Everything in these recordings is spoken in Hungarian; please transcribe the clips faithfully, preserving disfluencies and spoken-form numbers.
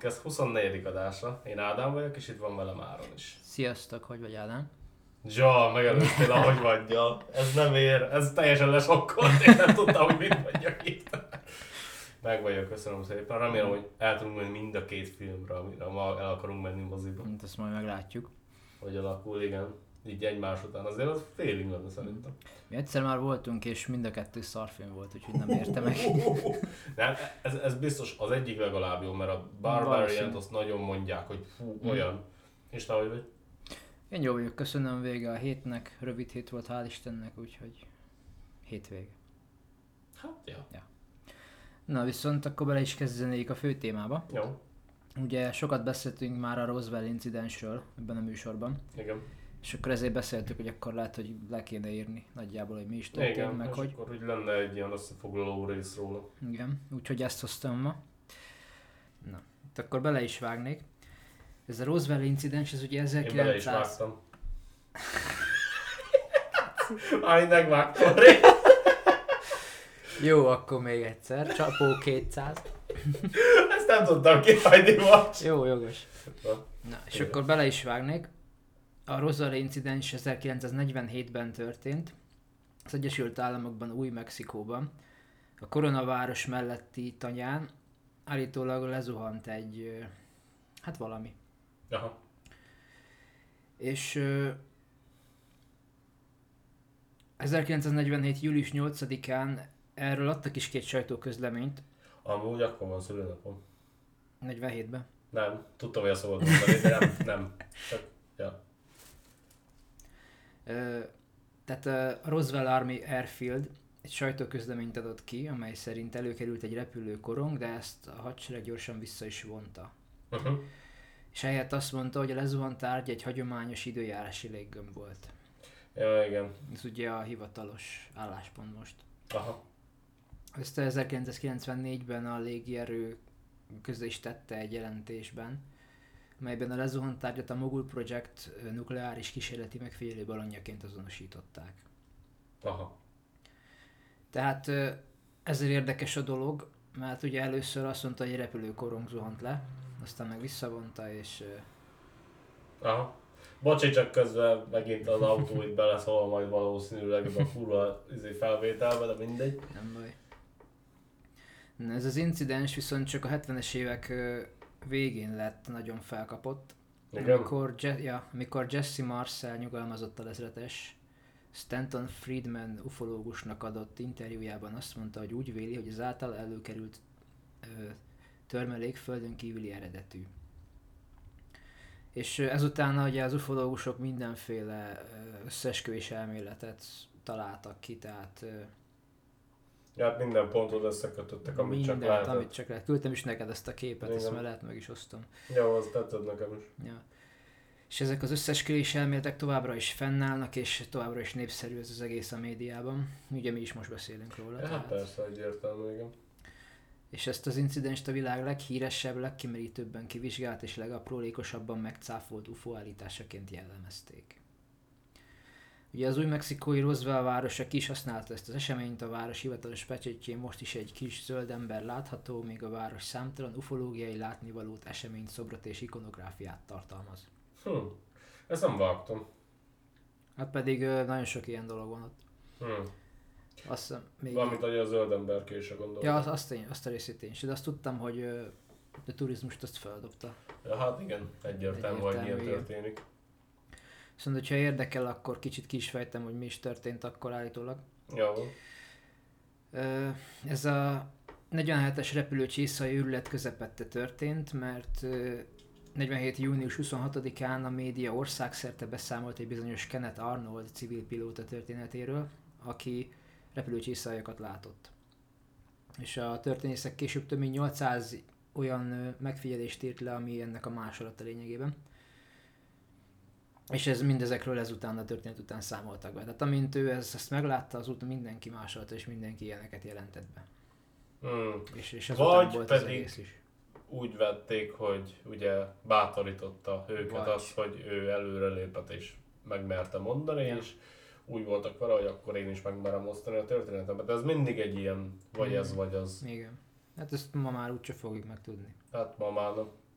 Podcast huszonnegyedik adása. Én Ádám vagyok, és itt van velem Áron is. Sziasztok, hogy vagy Ádám? Zsa, megelőztél, ahogy vagyja. Ez nem ér, ez teljesen lesokkolt, én nem tudtam, hogy mit mondjak itt. Meg vagyok, köszönöm szépen. Remélem, hogy el tudunk menni mind a két filmre, amire ma el akarunk menni moziba. Mint ezt majd meglátjuk. Hogy alakul, igen. Így egymás után. Azért az félig lenne szerintem. Mi egyszer már voltunk, és mind a kettő szarfilm volt, úgyhogy nem érte meg. Nem, ez, ez biztos az egyik legalább jó, mert a Barbarian-t azt nagyon mondják, hogy fú, olyan. Mm. És te hogy vagy? Én jó vagyok, köszönöm, vége a hétnek. Rövid hét volt, hál' Istennek, úgyhogy hétvége. Hát, ja. ja. Na viszont akkor bele is kezdenék a fő témába. Jó. Ugye sokat beszéltünk már a Roswell incidensről ebben a műsorban. Igen. És akkor ezért beszéltük, hogy akkor lehet, hogy le kéne írni nagyjából, hogy mi is történt, igen, meg és hogy... akkor hogy lenne egy ilyen összefoglaló rész róla. Igen, úgyhogy ezt hoztam ma. Na, itt akkor bele is vágnék. Ez a Roswell incidens, ez ugye ezerkilencszáz... Én bele is vágtam. Áj, megvágtam. Jó, akkor még egyszer. Csapó kétszáz. Ezt nem tudtam kihagyni most. Jó, jogos. Na, Na, és igen. Akkor bele is vágnék. A Roswell incidens ezerkilencszáznegyvenhétben történt. Az Egyesült Államokban, Új-Mexikóban. A koronaváros melletti tanyán állítólag lezuhant egy... hát valami. Aha. És uh, ezerkilencszáznegyvenhét. július nyolcadikán erről adtak is két sajtóközleményt. Amúgy akkor van szülőnapom. negyvenhétben. Nem, tudtam, hogy a szóval mondani, de nem, nem. Csak, ja. Uh, tehát a Roswell Army Airfield egy sajtóközleményt adott ki, amely szerint előkerült egy repülőkorong, de ezt a hadsereg gyorsan vissza is vonta. Uh-huh. És helyett azt mondta, hogy a lezuhant tárgy egy hagyományos időjárási léggömb volt. Ja, igen. Ez ugye a hivatalos álláspont most. Aha. Ezt ezerkilencszázkilencvennégyben a légierő közé is tette egy jelentésben, melyben a lezuhant tárgyat a Mogul Project nukleáris kísérleti megfigyelő ballonjaként azonosították. Aha. Tehát ezért érdekes a dolog, mert ugye először azt mondta, hogy egy repülőkorong zuhant le, aztán meg visszavonta, és... Aha. Bocsi, csak közben megint az autó itt beleszól majd valószínűleg ebbe a kurva felvételbe, de mindegy. Nem baj. Na, ez az incidens viszont csak a hetvenes évek végén lett nagyon felkapott. Amikor, Je- ja, amikor Jesse Marcel nyugalmazott a ezredes, Stanton Friedman ufológusnak adott interjújában azt mondta, hogy úgy véli, hogy az által előkerült ö, törmelék földön kívüli eredetű. És ezután ugye az ufológusok mindenféle összeesküvés elméletet találtak ki, tehát... Ja, hát minden pontot összekötöttek, amit mindent, csak lehetett. amit csak lehet. Küldtem is neked ezt a képet, igen. Ezt már lehet meg is osztom. Jó, az tetszett nekem is. Ja. És ezek az összeesküvés elméletek továbbra is fennállnak, és továbbra is népszerű ez az egész a médiában. Ugye mi is most beszélünk róla. Ja, tehát... persze, egyértelmű, igen. És ezt az incidenst a világ leghíresebb, legkimerítőbben kivizsgált és legaprólékosabban megcáfolt u f o állításaként jellemezték. Ugye az új-mexikói Roswell városa ki is használta ezt az eseményt, a város hivatalos pecsétjén most is egy kis zöld ember látható, míg a város számtalan ufológiai látnivalót, eseményt, szobrot és ikonográfiát tartalmaz. Hm, ezt nem vágtam. Hát pedig nagyon sok ilyen dolog van ott. Hm. Azt hiszem, még... Valamint, hogy a zöld emberkésre gondolom. Ja, azt, azt, én, azt a részét én is, de azt tudtam, hogy a turizmust azt feldobta. Ja, hát igen, egyértelmű, hogy ilyen igen. történik. Viszont, hogyha érdekel, akkor kicsit ki is fejtem, hogy mi is történt akkor állítólag. Jó. Ez a negyvenhetes repülő csészai őrület közepette történt, mert negyvenhét. június huszonhatodikán a média országszerte beszámolt egy bizonyos Kenneth Arnold civil pilóta történetéről, aki repülőcsészályokat látott. És a történészek később több mint nyolcszáz olyan megfigyelést írt le, ami ennek a másolata lényegében. És ez mindezekről ezután a történet után számoltak be. Tehát amint ő ezt, ezt meglátta, azután mindenki másolta, és mindenki ilyeneket jelentett be. Hmm. És, és azután volt az pedig egész is. Úgy vették, hogy ugye bátorította őket Vagy. az, hogy ő előrelépett és megmerte mondani, ja. És úgy voltak vele, hogy akkor én is megmerem osztani a történetemet. De ez mindig egy ilyen, vagy mm. ez, vagy az. Igen. Hát ezt ma már úgyse fogjuk megtudni. Hát ma már nem.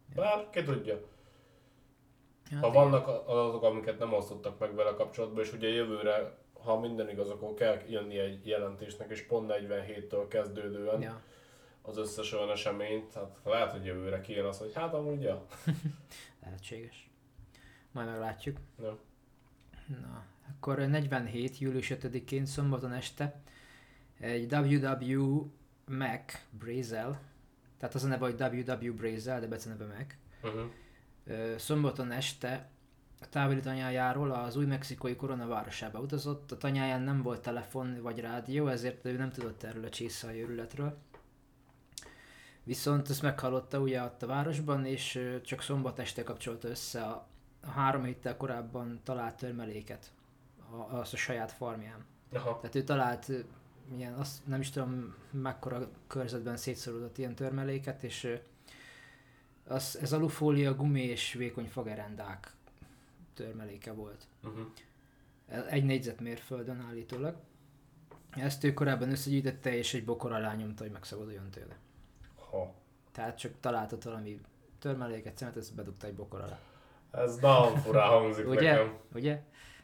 Bár ki tudja. Hát Ha igen. vannak adatok, amiket nem osztottak meg vele kapcsolatban, és ugye jövőre, ha minden igaz, akkor kell jönni egy jelentésnek, és pont negyvenhéttől kezdődően Ja. az összes olyan eseményt, hát lehet, hogy jövőre kijön az, hogy hát amúgy, ja. Lehetséges. Majd meglátjuk. Ja. Na, akkor negyvenhét. július ötödikén szombaton este egy dupla vé dupla vé Mac Brazel, tehát az a neve, hogy dupla vé dupla vé Brazel, de beceneve Mac. Uh-huh. Ö, Szombaton este a távoli tanyájáról az új mexikói koronavárosába utazott. A tanyáján nem volt telefon vagy rádió, ezért ő nem tudott erről a csészai őrületről. Viszont ezt meghallotta ugye ott a városban, és ö, csak szombat este kapcsolta össze a, a három héttel korábban talált törmeléket a, az a saját farmján. Aha. Tehát ő talált ö, ilyen, azt nem is tudom mekkora körzetben szétszorulott ilyen törmeléket, és ö, az, ez alufólia, gumi és vékony fagerendák törmeléke volt. Uh-huh. Egy négyzetmérföldön állítólag. Ezt ő korábban összegyűjtötte, és egy bokor alá nyomta, hogy megszabaduljon tőle. Ha. Tehát csak találtott valami törmeléket, szemet, ezt bedugta egy bokor alá. Ez nagyon furán hangzik Ugye? nekem. Ugye?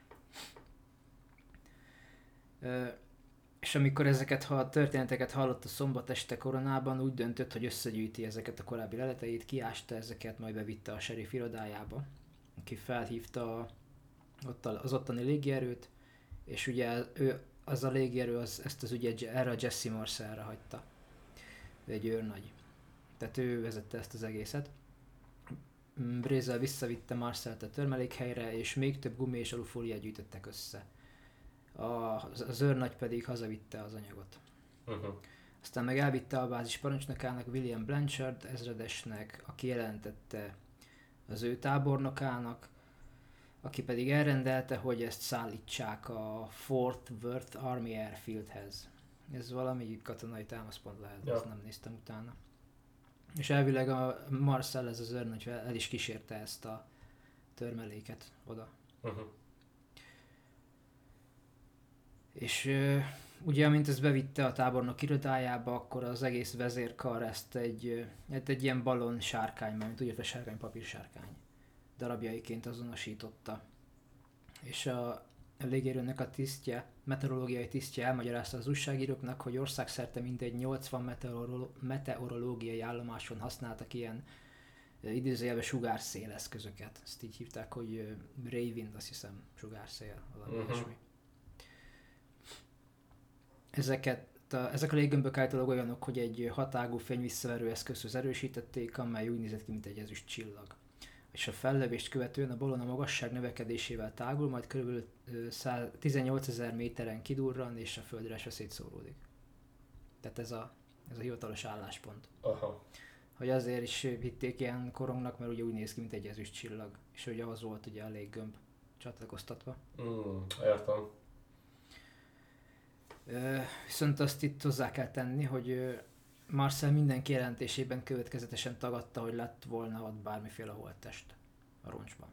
Ö, és amikor ezeket a történeteket hallotta szombat este koronában, úgy döntött, hogy összegyűjti ezeket a korábbi leleteit, kiásta ezeket, majd bevitte a sheriff irodájába, aki felhívta a- ott a- az ottani légierőt, és ugye ő, az a légierő az, ezt az ügyet erre a Jesse Marcelre hagyta. Ő egy őrnagy. Tehát ő vezette ezt az egészet. Brazel visszavitte Marcelt a törmelékhelyre, és még több gumi és alufóliát gyűjtöttek össze. A, az, az őrnagy pedig hazavitte az anyagot. Uh-huh. Aztán meg elvitte a bázis parancsnokának, William Blanchard ezredesnek, aki jelentette az ő tábornokának, aki pedig elrendelte, hogy ezt szállítsák a Fort Worth Army Airfieldhez. Ez valami katonai támaszpont lehet, Ja. ezt nem néztem utána. És elvileg a Marcel, ez az őrnagy el is kísérte ezt a törmeléket oda. Uh-huh. És ö, ugye, amint ezt bevitte a tábornok irodájába, akkor az egész vezérkar ezt egy, ö, hát egy ilyen balon sárkány, mint úgy a sárkány papír sárkány darabjaiként azonosította. És a, a légierőnek a tisztje, meteorológiai tisztje elmagyarázta az újságíróknak, hogy országszerte mintegy nyolcvan meteorolo- meteorológiai állomáson használtak ilyen ö, idézőjelben sugárszéleszközöket. Ezt így hívták, hogy ö, Raywind, azt hiszem, sugárszél, valami Mhm. ilyesmi. Ezeket, a, ezek a léggömbök általában olyanok, hogy egy hatágú fényvisszaverő eszközhöz erősítették, amely úgy nézett ki, mint egy ezüst csillag. És a fellövést követően a balon a magasság növekedésével tágul, majd kb. tizennyolcezer méteren kidurran és a földre esve szétszóródik. Tehát ez a, ez a hivatalos álláspont. Aha. Hogy azért is hitték ilyen korongnak, mert ugye úgy néz ki, mint egy ezüst csillag. És ugye ahhoz volt ugye a léggömb csatlakoztatva. Mm, értem. Ö, viszont azt itt hozzá kell tenni, hogy ö, Marcel minden kijelentésében következetesen tagadta, hogy lett volna ott bármiféle holttest a roncsban.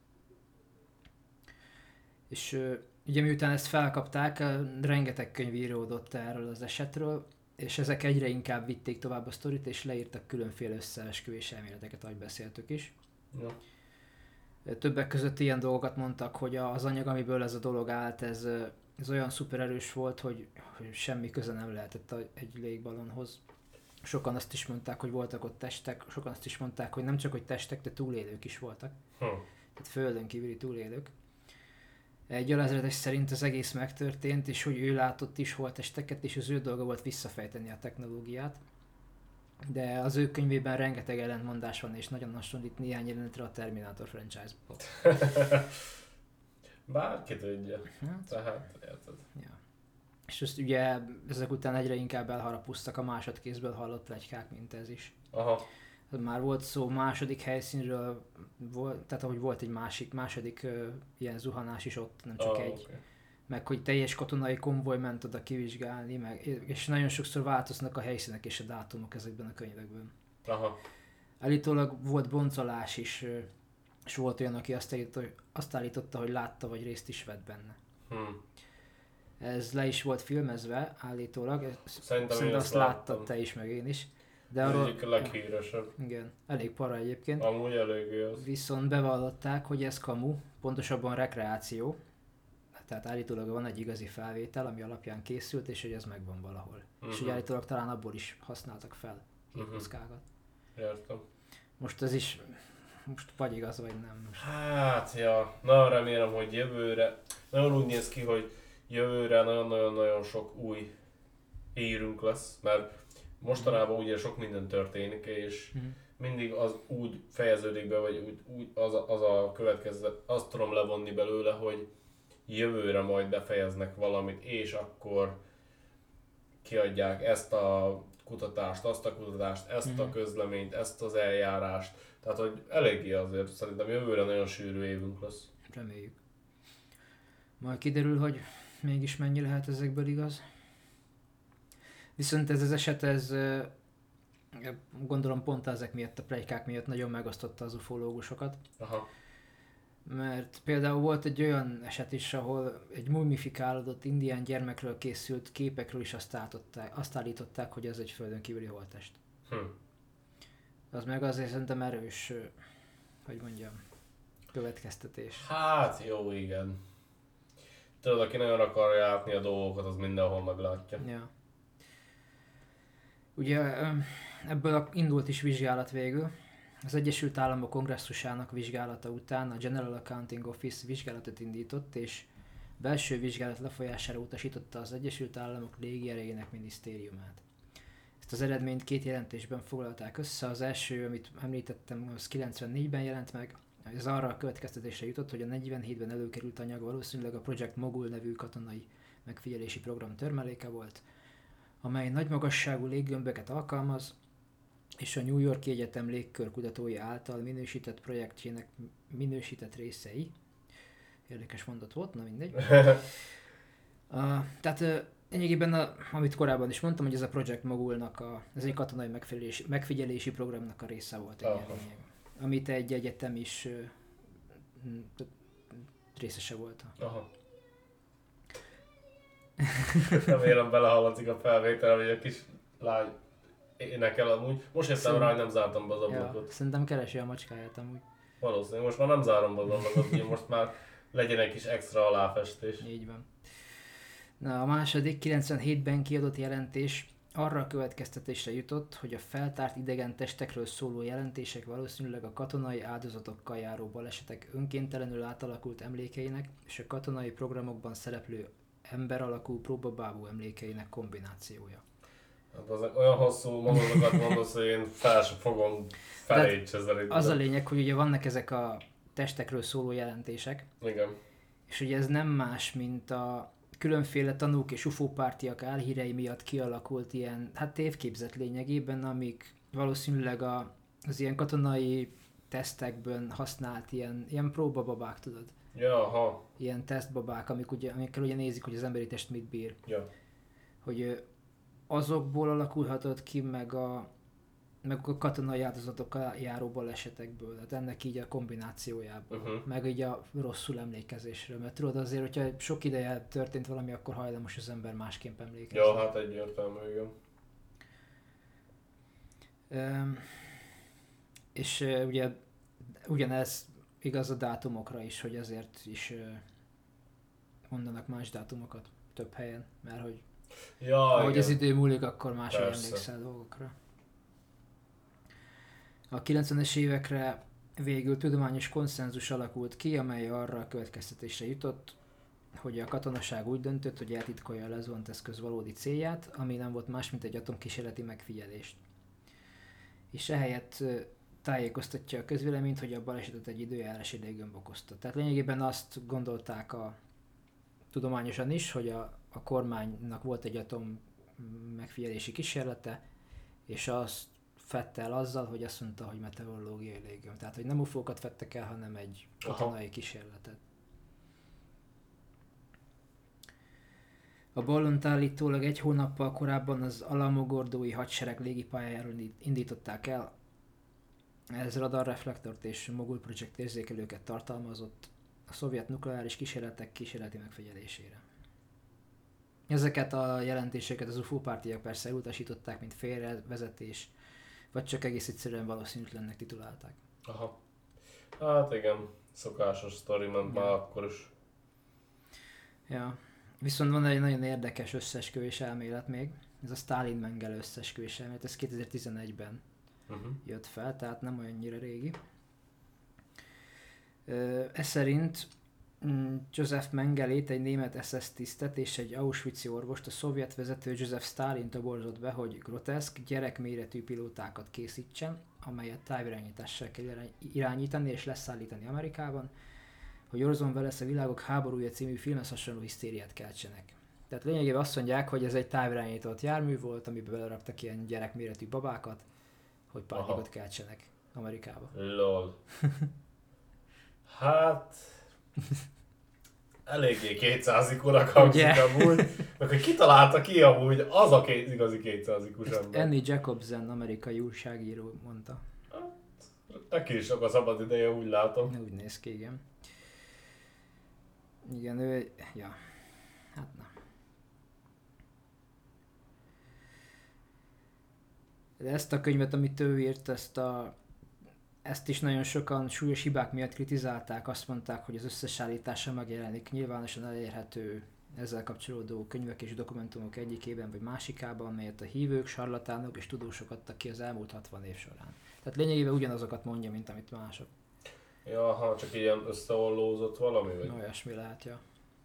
És ö, ugye miután ezt felkapták, ö, rengeteg könyv íródott erről az esetről, és ezek egyre inkább vitték tovább a sztorit, és leírtak különféle összeesküvés elméleteket, ahogy beszéltük is. Ja. Többek között ilyen dolgokat mondtak, hogy az anyag, amiből ez a dolog állt, ez, ez olyan szupererős volt, hogy, hogy semmi köze nem lehetett egy légballonhoz. Sokan azt is mondták, hogy voltak ott testek, sokan azt is mondták, hogy nem csak hogy testek, de túlélők is voltak. Hm. Tehát földön kívüli túlélők. Egy alezredes szerint az egész megtörtént, és hogy ő látott is holttesteket, és az ő dolga volt visszafejteni a technológiát. De az ő könyvében rengeteg ellentmondás van, és nagyon hasonlít néhány jelenetre a Terminator franchise-ból. Bárki tudja. Hát, Tehát, érted. ja. És azt ugye ezek után egyre inkább elharapuztak a másodkézből hallott pletykák, mint ez is. Aha. Már volt szó második helyszínről, volt, tehát ahogy volt egy másik, második uh, ilyen zuhanás is ott, nem csak Ah, egy. okay. Meg hogy teljes katonai konvoj ment oda kivizsgálni, meg, és nagyon sokszor változnak a helyszínek és a dátumok ezekben a könyvekben. Aha. Állítólag volt boncolás is, ö, és volt olyan, aki azt állította, hogy, azt állította, hogy látta, vagy részt is vett benne. Hm. Ez le is volt filmezve állítólag, Szerintem én szerintem ezt azt láttad láttam. te is, meg én is. De Ez arról, egyik a leghíresebb. igen, elég para egyébként. Amúgy eléggé az. Viszont bevallották, hogy ez kamu, pontosabban rekreáció. Tehát állítólag van egy igazi felvétel, ami alapján készült, és hogy ez megvan valahol. Uh-huh. És ugye állítólag talán abból is használtak fel képkockákat. Uh-huh. Értem. Most ez is, most vagy igaz, vagy nem. Most. Hát, ja, na remélem, hogy jövőre, nagyon úgy néz ki, hogy jövőre nagyon-nagyon-nagyon sok új hírünk lesz, mert mostanában ugye sok minden történik, és uh-huh. mindig az úgy fejeződik be, vagy úgy, úgy az, a, az a következő, azt tudom levonni belőle, hogy jövőre majd befejeznek valamit, és akkor kiadják ezt a kutatást, azt a kutatást, ezt mm-hmm. a közleményt, ezt az eljárást. Tehát, hogy eléggé azért szerintem jövőre nagyon sűrű évünk lesz. Reméljük. Majd kiderül, hogy mégis mennyi lehet ezekből igaz. Viszont ez az eset, ez gondolom pont ezek miatt, a pletykák miatt nagyon megosztotta az ufológusokat. Aha. Mert például volt egy olyan eset is, ahol egy mumifikálódott indián gyermekről készült képekről is azt állították, azt állították hogy ez egy földön kívüli holttest. Hm. Az meg azért szerintem erős, hogy mondjam, következtetés. Hát jó, igen. Tudod, aki nagyon akarja látni a dolgokat, az mindenhol meglátja. Ja. Ugye ebből indult is vizsgálat végül. Az Egyesült Államok kongresszusának vizsgálata után a General Accounting Office vizsgálatot indított, és belső vizsgálat lefolyására utasította az Egyesült Államok légierejének minisztériumát. Ezt az eredményt két jelentésben foglalták össze, az első, amit említettem, az kilencvennégyben jelent meg, ez arra a következtetésre jutott, hogy a negyvenhétben előkerült anyag valószínűleg a Project Mogul nevű katonai megfigyelési program termeléke volt, amely nagy magasságú léggömböket alkalmaz, és a New York Egyetem légkörkutatói által minősített projektjének minősített részei. Érdekes mondat volt, na mindegy. uh, tehát uh, lényegében, a, amit korábban is mondtam, hogy ez a Project Mogulnak, a, ez egy katonai megfigyelési, megfigyelési programnak a része volt. Egy lényeg, amit egy egyetem is uh, részese volt. Aha. Remélem belehallatszik a felvétel, hogy a kis lány énekel amúgy. Most jöttem rá, hogy nem zártam be az ablakot. Ja, szerintem keresi a macskáját amúgy. Valószínűleg, most már nem zárom be az ablakot, hogy most már legyen egy kis extra aláfestés. Így van. Na, a második kilencvenhétben kiadott jelentés arra a következtetésre jutott, hogy a feltárt idegen testekről szóló jelentések valószínűleg a katonai áldozatokkal járó balesetek önkéntelenül átalakult emlékeinek és a katonai programokban szereplő ember alakú próbabábú emlékeinek kombinációja. Hát az olyan hosszú monológokat mondasz, hogy én fel sem fogom felejtsezni. Az a lényeg, hogy ugye vannak ezek a testekről szóló jelentések. Igen. És ugye ez nem más, mint a különféle tanúk és ufópártiak álhírei miatt kialakult ilyen, hát tévképzet lényegében, amik valószínűleg a, az ilyen katonai tesztekben használt ilyen, ilyen próbababák, tudod? Ja, ha. Ilyen tesztbabák, amik ugye, amikkel ugye nézik, hogy az emberi test mit bír. Ja. Hogy azokból alakulhatott ki, meg a, meg a katonai áldozatokkal járó balesetekből, tehát ennek így a kombinációjából, uh-huh. meg így a rosszul emlékezésről, mert tudod azért, hogyha sok ideje történt valami, akkor hajlamos az ember másképp emlékezni. Ja, hát egyértelmű, igen. Üm, és uh, ugye ugyanez igaz a dátumokra is, hogy azért is uh, mondanak más dátumokat több helyen, mert hogy ja, ahogy igen. az idő múlik, akkor máshogy emlékszel dolgokra. A kilencvenes évekre végül tudományos konszenzus alakult ki, amely arra a következtetésre jutott, hogy a katonaság úgy döntött, hogy eltitkolja a lezvont eszköz valódi célját, ami nem volt más, mint egy atomkísérleti megfigyelést. És ehelyett tájékoztatja a közvéleményt, hogy a balesetet egy időjárási léggömb okozta. Tehát lényegében azt gondolták a tudományosan is, hogy a, a kormánynak volt egy atom megfigyelési kísérlete, és azt fedte el azzal, hogy azt mondta, hogy meteorológiai léggömb. Tehát, hogy nem ufókat fedtek el, hanem egy katonai kísérletet. A ballont állítólag egy hónappal korábban az Alamogordói hadsereg légipályájáról indították el. Ez radarreflektort és Mogul Project érzékelőket tartalmazott a szovjet nukleáris kísérletek kísérleti megfigyelésére. Ezeket a jelentéseket az ufópártiak persze elutasították, mint félrevezetés, vagy csak egész egyszerűen valószínűtlennek titulálták. Aha. Hát igen, szokásos sztori ment Ja. már akkor is. Ja. Viszont van egy nagyon érdekes összeesküvés elmélet még, ez a Stalin-Mengele összeesküvés elmélet, ez kétezer-tizenegyben Uh-huh. jött fel, tehát nem olyannyira régi. Ö, Ez szerint mm, Joseph Mengelét, egy német es es tisztet és egy auschwitzi orvost a szovjet vezető Joseph Stalin toborzott be, hogy groteszk, gyerekméretű pilótákat készítsen, amelyet távirányítással kell irány- irányítani és leszállítani Amerikában, hogy Orson Welles a Világok háborúja című filmhez hasonló hisztériát keltsenek. Tehát lényegében azt mondják, hogy ez egy távirányított jármű volt, amiben beleraktak ilyen gyerekméretű babákat, hogy pánikot keltsenek Amerikába. Lol. Hát... Eléggé kétszázikunak hangzik Ugye? amúgy. Meg hogy kitalálta ki amúgy az a két, igazi kétszázikus ember. Annie Jacobsen, amerikai újságíró mondta. Neki is sok a szabad ideje, úgy látom. Úgy néz ki, igen. Igen, ő... Ja. Hát na. De ezt a könyvet, amit ő írt, ezt a... Ezt is nagyon sokan súlyos hibák miatt kritizálták, azt mondták, hogy az összes állítása megjelenik nyilvánosan elérhető ezzel kapcsolódó könyvek és dokumentumok egyikében vagy másikában, melyet a hívők, sarlatánok és tudósok adtak ki az elmúlt hatvan év során. Tehát lényegében ugyanazokat mondja, mint amit mások. Ja, ha csak ilyen összeollózott valami, vagy? Olyasmi lehet, ja.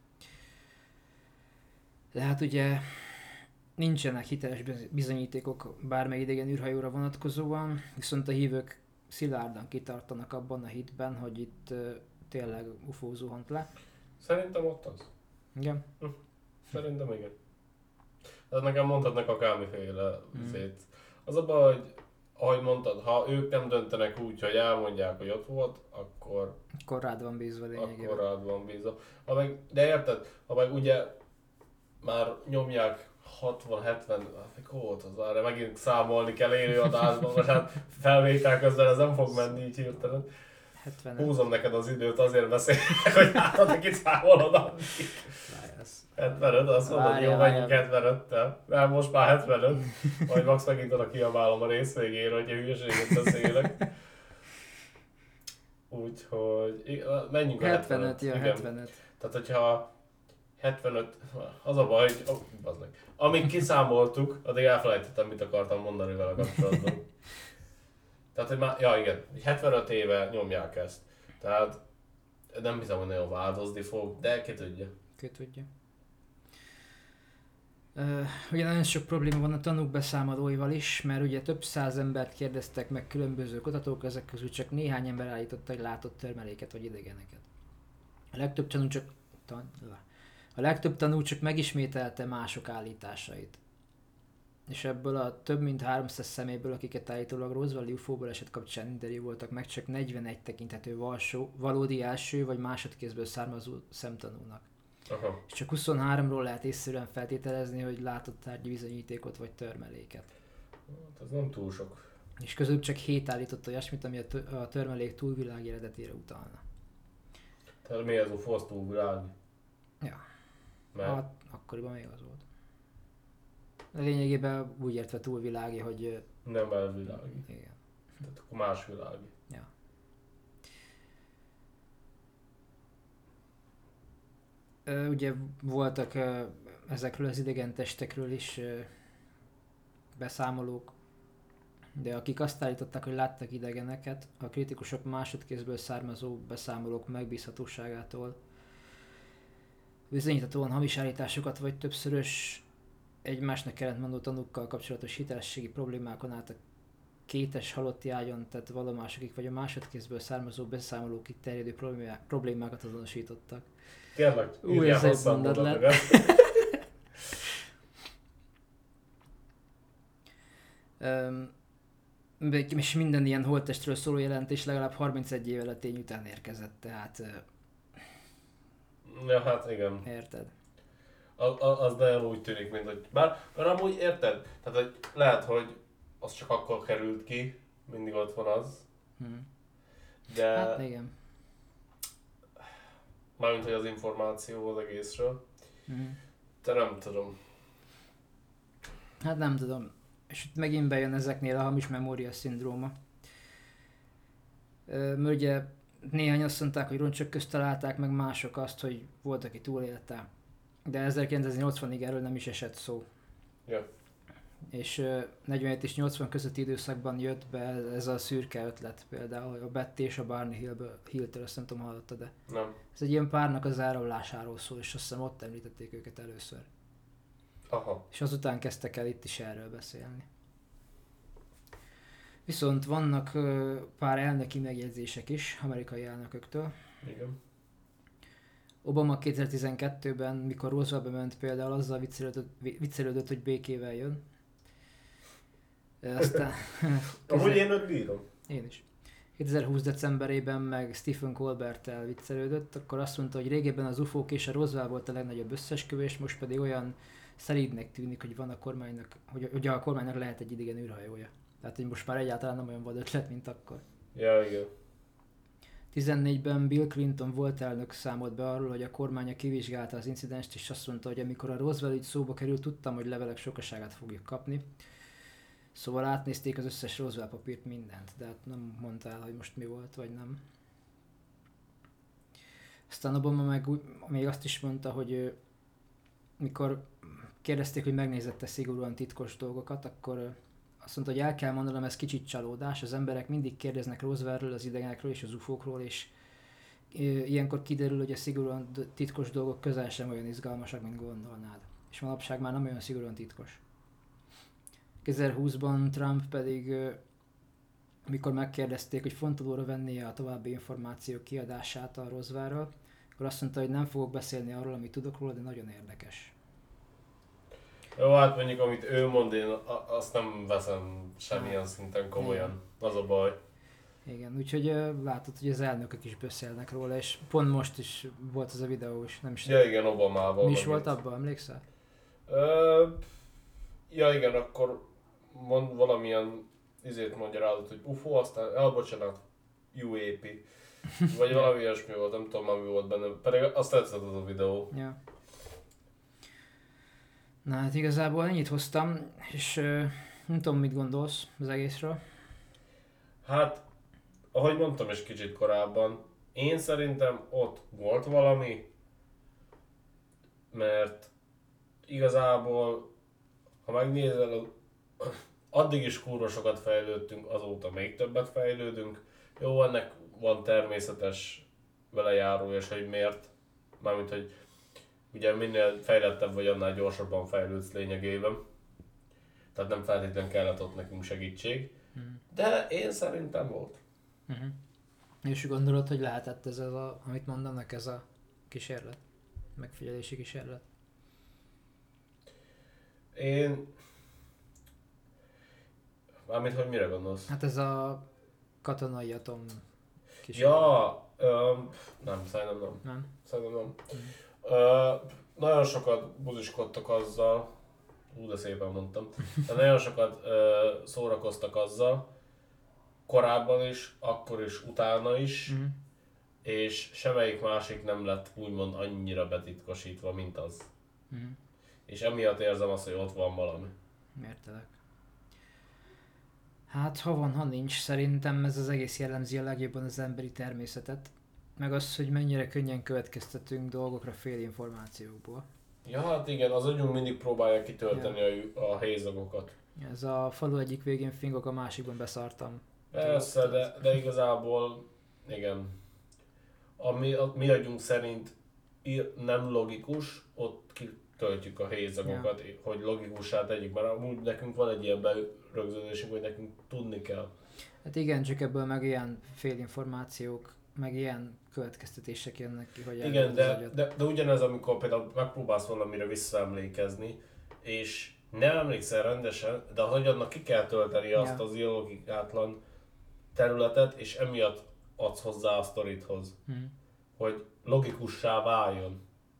De hát ugye nincsenek hiteles biz- bizonyítékok bármely idegen űrhajóra vonatkozóan, viszont a hívők szilárdan kitartanak abban a hitben, hogy itt uh, tényleg ufó zuhant le. Szerintem ott az. Igen. Szerintem igen. Tehát nekem mondhatnak akármiféle Mm. szét. Az a baj, hogy ahogy mondtad, ha ők nem döntenek úgy, hogy elmondják, hogy ott volt, akkor, Akkor rád van bízva lényegében. akkor rád van bízva. Ha meg, de érted, ha meg ugye már nyomják hatvan hetven, hát mikor volt az már, megint számolni kell élő adásban, most hát felvétel közben ez nem fog menni így hirtelen. hetven. Húzom neked az időt, azért beszélek, hogy hát te kiszámolod addig. hetvenöt, azt mondod, Várjál, jó, várjál. menjünk hetvenöttel. Mert most már hetvenöt, majd Max megint oda kiabálom a rész végére, hogy hülyeséget beszélek. Úgyhogy i- menjünk a hetvenöt, hetvenöt. ja, igen. hetvenöt. Tehát, hogyha hetvenöt, az a baj, hogy, oh, bazd meg. Amíg kiszámoltuk, addig elfelejtettem, mit akartam mondani vele kapcsolatban. Tehát, hogy már, ja igen, hetvenöt éve nyomják ezt. Tehát nem hiszem, hogy nagyon változni fog, de ki tudja. Ki tudja. Uh, ugye nagyon sok probléma van a tanúk beszámolóival is, mert ugye több száz embert kérdeztek meg különböző kutatók, ezek közül csak néhány ember állította, hogy látott törmeléket vagy idegeneket. A legtöbb tanú csak, tan, a legtöbb tanú csak megismételte mások állításait. És ebből a több mint háromszáz személyből, akiket állítólag Roswell ú f ó baleset kapcsán interjú voltak meg, csak negyvenegy tekinthető valsó, valódi első vagy másodkézből származó szemtanúnak. Aha. És csak huszonháromról lehet észszerűen feltételezni, hogy látott tárgyi bizonyítékot vagy törmeléket. Hát ez nem túl sok. És közülük csak hét állított olyasmit, ami a, tö- a törmelék túlvilági eredetére utalna. Tehát mi ez a fosz túlvilági? Ja. Mert Hát akkoriban még az volt. De lényegében úgy értve túlvilági, hogy ö, nem elvilági. igen. Tehát akkor más világi. Ja. Ö, ugye voltak ö, ezekről az idegen testekről is ö, beszámolók, de akik azt állították, hogy láttak idegeneket, a kritikusok másodkézből származó beszámolók megbízhatóságától bizonyíthatóan hamis állításokat vagy többszörös egymásnak ellentmondó tanúkkal kapcsolatos hitelességi problémákon át a kétes halotti ágyon tett vallomásokig vagy a másodkézből származó beszámolókig terjedő problémá- problémákat azonosítottak. Tényleg, Ú, írjál ez egy hosszabb mondat lett. mondatokat. Öm, és minden ilyen holttestről szóló jelentés legalább harmincegy évvel a tény után érkezett, tehát ö, Ja, hát igen. érted? Az, az nagyon úgy tűnik, mint hogy... Bár, bár amúgy érted? Tehát hogy lehet, hogy az csak akkor került ki, mindig ott van az, Hm. de... Hát igen. Mármint, hogy az információ az egészről. Hm. De nem tudom. Hát nem tudom. És itt megint bejön ezeknél a hamis memória szindróma. Ö, Mert ugye néhány azt mondták, hogy roncsok közt találták, meg mások azt, hogy volt, aki túlélte. De ezerkilencszáznyolcvanig erről nem is esett szó. Ja. És ö, negyvenhét és nyolcvan közötti időszakban jött be ez a szürke ötlet, például a Betty és a Barney Hill-ből, Hill-től, azt nem tudom, hallottad, de Nem. ez egy ilyen párnak az áramlásáról szól, és azt hiszem ott említették őket először. Aha. És azután kezdtek el itt is erről beszélni. Viszont vannak ö, pár elnöki megjegyzések is, amerikai elnököktől. Igen. Obama kétezer-tizenkettőben, mikor Rooseveltbe ment, például azzal viccelődött, viccelődött hogy békével jön. Ö, Aztán... Amúgy én őt bírom. Én is. kétezer-húsz decemberében meg Stephen Colbert-tel viccelődött, akkor azt mondta, hogy régebben az ufók és a Roswell volt a legnagyobb összesküvés, most pedig olyan szelídnek tűnik, hogy van a kormánynak, hogy ugye a kormánynak lehet egy idegen űrhajója. Tehát, hogy most már egyáltalán nem olyan vad ötlet, mint akkor. Ja, igen. tizennégyben Bill Clinton volt elnök számolt be arról, hogy a kormánya kivizsgálta az incidenst, és azt mondta, hogy amikor a Roswell ügy szóba került, tudtam, hogy levelek sokaságát fogjuk kapni. Szóval átnézték az összes Roswell papírt, mindent, de hát nem mondta el, hogy most mi volt, vagy nem. Aztán Obama meg úgy, még azt is mondta, hogy ő, mikor kérdezték, hogy megnézette szigorúan titkos dolgokat, akkor ő azt mondta, hogy el kell mondanom, ez kicsit csalódás, az emberek mindig kérdeznek Roswellről, az idegenekről és az ufókról, és ö, ilyenkor kiderül, hogy a szigorúan d- titkos dolgok közel sem olyan izgalmasak, mint gondolnád. És manapság már nem olyan szigorúan titkos. kétezer-húszban Trump pedig, ö, mikor megkérdezték, hogy fontolóra vennie a további információk kiadását a Roswellről, akkor azt mondta, hogy nem fogok beszélni arról, amit tudok róla, de nagyon érdekes. Jó, hát mondjuk amit ő mond, én a- azt nem veszem semmilyen szinten komolyan. Az a baj. Igen, úgyhogy ö, látod, hogy az elnökök is beszélnek róla, és pont most is volt az a videó is, nem is Ja igen, Obamával. mi is megint. volt abban, emlékszel? Ö, ja igen, akkor mond valamilyen izét magyarázat, hogy ufó, aztán elbocsánat, u á pé. Vagy valami ilyesmi volt, nem tudom már mi volt benne, pedig azt tetszett az a videó. Ja. Na hát igazából ennyit hoztam, és ö, nem tudom, mit gondolsz az egészről. Hát, ahogy mondtam is kicsit korábban, én szerintem ott volt valami, mert igazából, ha megnézel, addig is kurva sokat fejlődtünk, azóta még többet fejlődünk. Jó, ennek van természetes velejárója, és hogy miért. Mármint, hogy ugye minél fejlettebb vagy, annál gyorsabban fejlődsz lényegében. Tehát nem feltétlenül kellett ott nekünk segítség. De én szerintem volt. Uh-huh. És gondolod, hogy lehetett ez az, a, amit mondanak, ez a kísérlet? Megfigyelési kísérlet? Én... Mármint, hogy mire gondolsz? Hát ez a katonai atom kísérlet. Ja, öm, nem, szerintem nem. Nem? Szerintem nem. Ö, nagyon sokat buziskodtak azzal, ú, de szépen mondtam, de nagyon sokat ö, szórakoztak azzal, korábban is, akkor is, utána is, Uh-huh. és semmelyik másik nem lett úgymond annyira betitkosítva, mint az. Uh-huh. És emiatt érzem azt, hogy ott van valami. Értelek. Hát ha van, ha nincs, szerintem ez az egész jellemzi a legjobban az emberi természetet, meg az, hogy mennyire könnyen következtetünk dolgokra félinformációkból. Ja, hát igen, az agyunk mindig próbálja kitölteni a, a hézagokat. Ez a falu egyik végén fingok, a másikban beszartam. Persze, de, de igazából igen. Ami a mi agyunk szerint ir- nem logikus, ott kitöltjük a hézagokat, ja. Hogy logikussá tegyük, mert amúgy nekünk van egy ilyen berögződésünk, hogy nekünk tudni kell. Hát igen, csak ebből meg ilyen félinformációk, meg ilyen következtetések jönnek ki, hogy Igen, az de, agyad. de, de ugyanez, amikor például megpróbálsz valamire visszaemlékezni, és nem emlékszel rendesen, de az agyadnak ki kell tölteni azt Ja. az illogikátlan területet, és emiatt adsz hozzá a sztorithoz, Mhm. hogy logikussá váljon.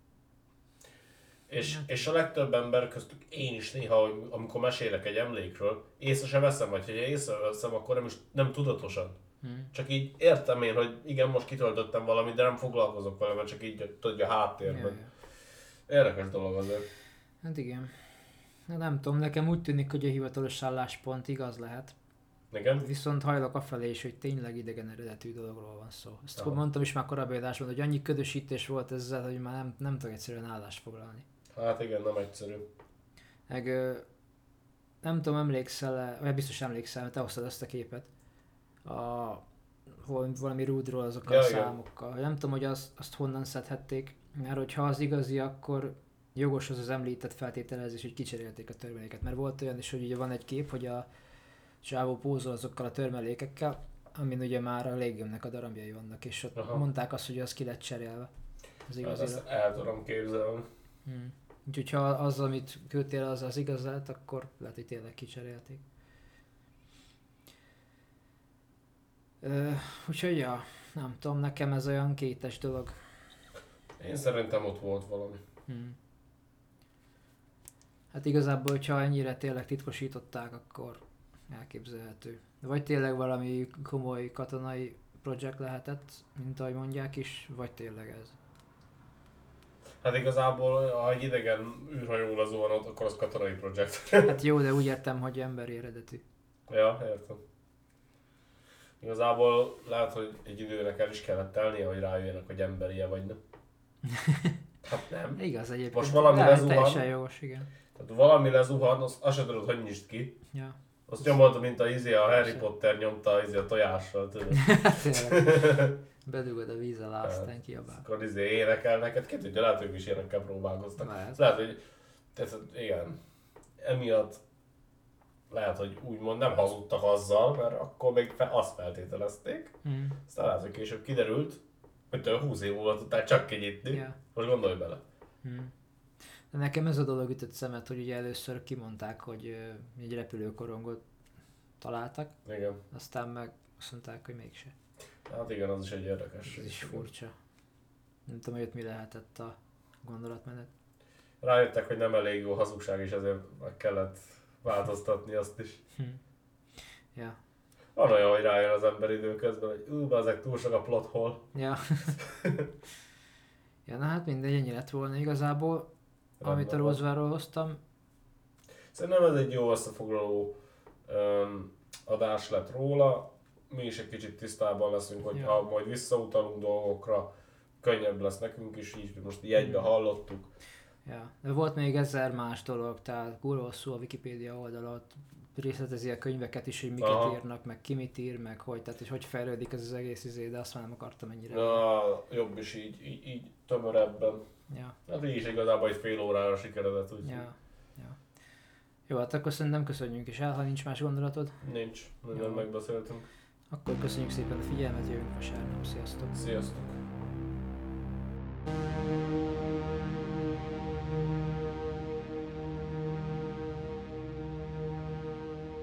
És, és a legtöbb ember, köztük én is néha, hogy amikor mesélek egy emlékről, észre sem veszem, vagy ha észreveszem, akkor nem is nem tudatosan. Mhm. Csak így értem én, hogy igen, most kitöltöttem valamit, de nem foglalkozok vele, mert csak így tudja a háttérben. Ja, ja. Érdekes dolog azért. Hát igen. Na, nem tudom, nekem úgy tűnik, hogy a hivatalos álláspont igaz lehet. Igen? Viszont hajlok afelé is, hogy tényleg idegen eredetű dologról van szó. Ezt Aha. mondtam is már korábbi adásban, hogy annyi ködösítés volt ezzel, hogy már nem, nem tudok egyszerűen állást foglalni. Hát igen, nem egyszerű. Meg ö, nem tudom, emlékszel, vagy biztos emlékszel, mert te hoztad ezt a képet. A, hol- valami rúdról azokkal Ja, a igen. számokkal. Nem tudom, hogy azt, azt honnan szedhették, mert hogyha az igazi, akkor jogos az az említett feltételezés, hogy kicserélték a törmeléket. Mert volt olyan is, hogy ugye van egy kép, hogy a csávó pózol azokkal a törmelékekkel, amin ugye már a légiumnak a darabjai vannak, és ott Aha. mondták azt, hogy az ki lett cserélve. Az Hát igazi. ezt el tudom képzelni. Hmm. Úgyhogy ha az, amit küldtél, az az igaz lehet, akkor lehet, hogy tényleg kicserélték. Ö, úgyhogy ja, nem tudom, nekem ez olyan kétes dolog. Én szerintem ott volt valami. Hmm. Hát igazából, hogyha ennyire tényleg titkosították, akkor elképzelhető. Vagy tényleg valami komoly katonai projekt lehetett, mint ahogy mondják is, vagy tényleg ez. Hát igazából, ha egy idegen űrhajó lezuhanott, akkor az katonai projekt. Hát jó, de úgy értem, hogy emberi eredetű. Ja, értem. Igazából lehet, hogy egy időnek el is kellett telnie, hogy rájöjjenek, hogy emberi-e vagy nem. Hát nem. Igaz egyébként. Most valami Lehet, lezuhan. teljesen jogos, igen. Tehát valami lezuhan, azt, azt sem tudod, hogy nyisd ki. Ja. Azt nyomod, mint a, izé, a Harry Potter nyomta a, izé, a tojással, tudod. Tényleg. Bedugod a víz alá, aztán kiabál. Akkor izé énekel neked, ki tudja, lehet, hogy ők is ilyenekkel próbálkoztak. Lehet. Lehet, hogy tehát, igen, emiatt lehet, hogy úgymond nem hazudtak azzal, mert akkor még fe, azt feltételezték. Mm. Aztán lehet, hogy később kiderült, hogy tőle húsz év múlva tudták csak kinyitni. Ja. Most gondolj bele. Mm. De nekem ez a dolog ütött szemet, hogy ugye először kimondták, hogy ö, egy repülőkorongot találtak, Igen. aztán meg azt mondták, hogy mégse. Hát igen, az is egy érdekes. Ez is furcsa. Nem tudom, hogy ott mi lehetett a gondolatmenet. Rájöttek, hogy nem elég jó hazugság, és ezért meg kellett változtatni azt is. Hm. Ja. Van olyan, hogy rájön az ember időközben, hogy ú, ezek túl sok a plot hole. Ja. Ja, na hát mindegy, ennyi lett volna igazából, amit a Rendben van. Roswellról hoztam. Szerintem ez egy jó összefoglaló um, adás lett róla. Mi is egy kicsit tisztában leszünk, hogy Ja. ha majd visszautalunk dolgokra, könnyebb lesz nekünk is, így most így egybe Mm. hallottuk. Ja. De volt még ezer más dolog, tehát kurva hosszú a Wikipédia oldalat, részletezi a könyveket is, hogy miket Aha. írnak, meg ki mit ír, meg hogy, tehát és hogy fejlődik ez az egész izé, de azt már nem akartam ennyire. Na, jobb is így, így, így tömörebben. Ja. Hát így is igazából egy fél órára sikeredett, úgyhogy Ja. Ja. Jó, hát akkor szerintem köszönjünk is el, ha nincs más gondolatod. nincs, mindent Jó. megbeszéltünk. Akkor köszönjük szépen a figyelmet, jövünk vasárnap, sziasztok! Sziasztok!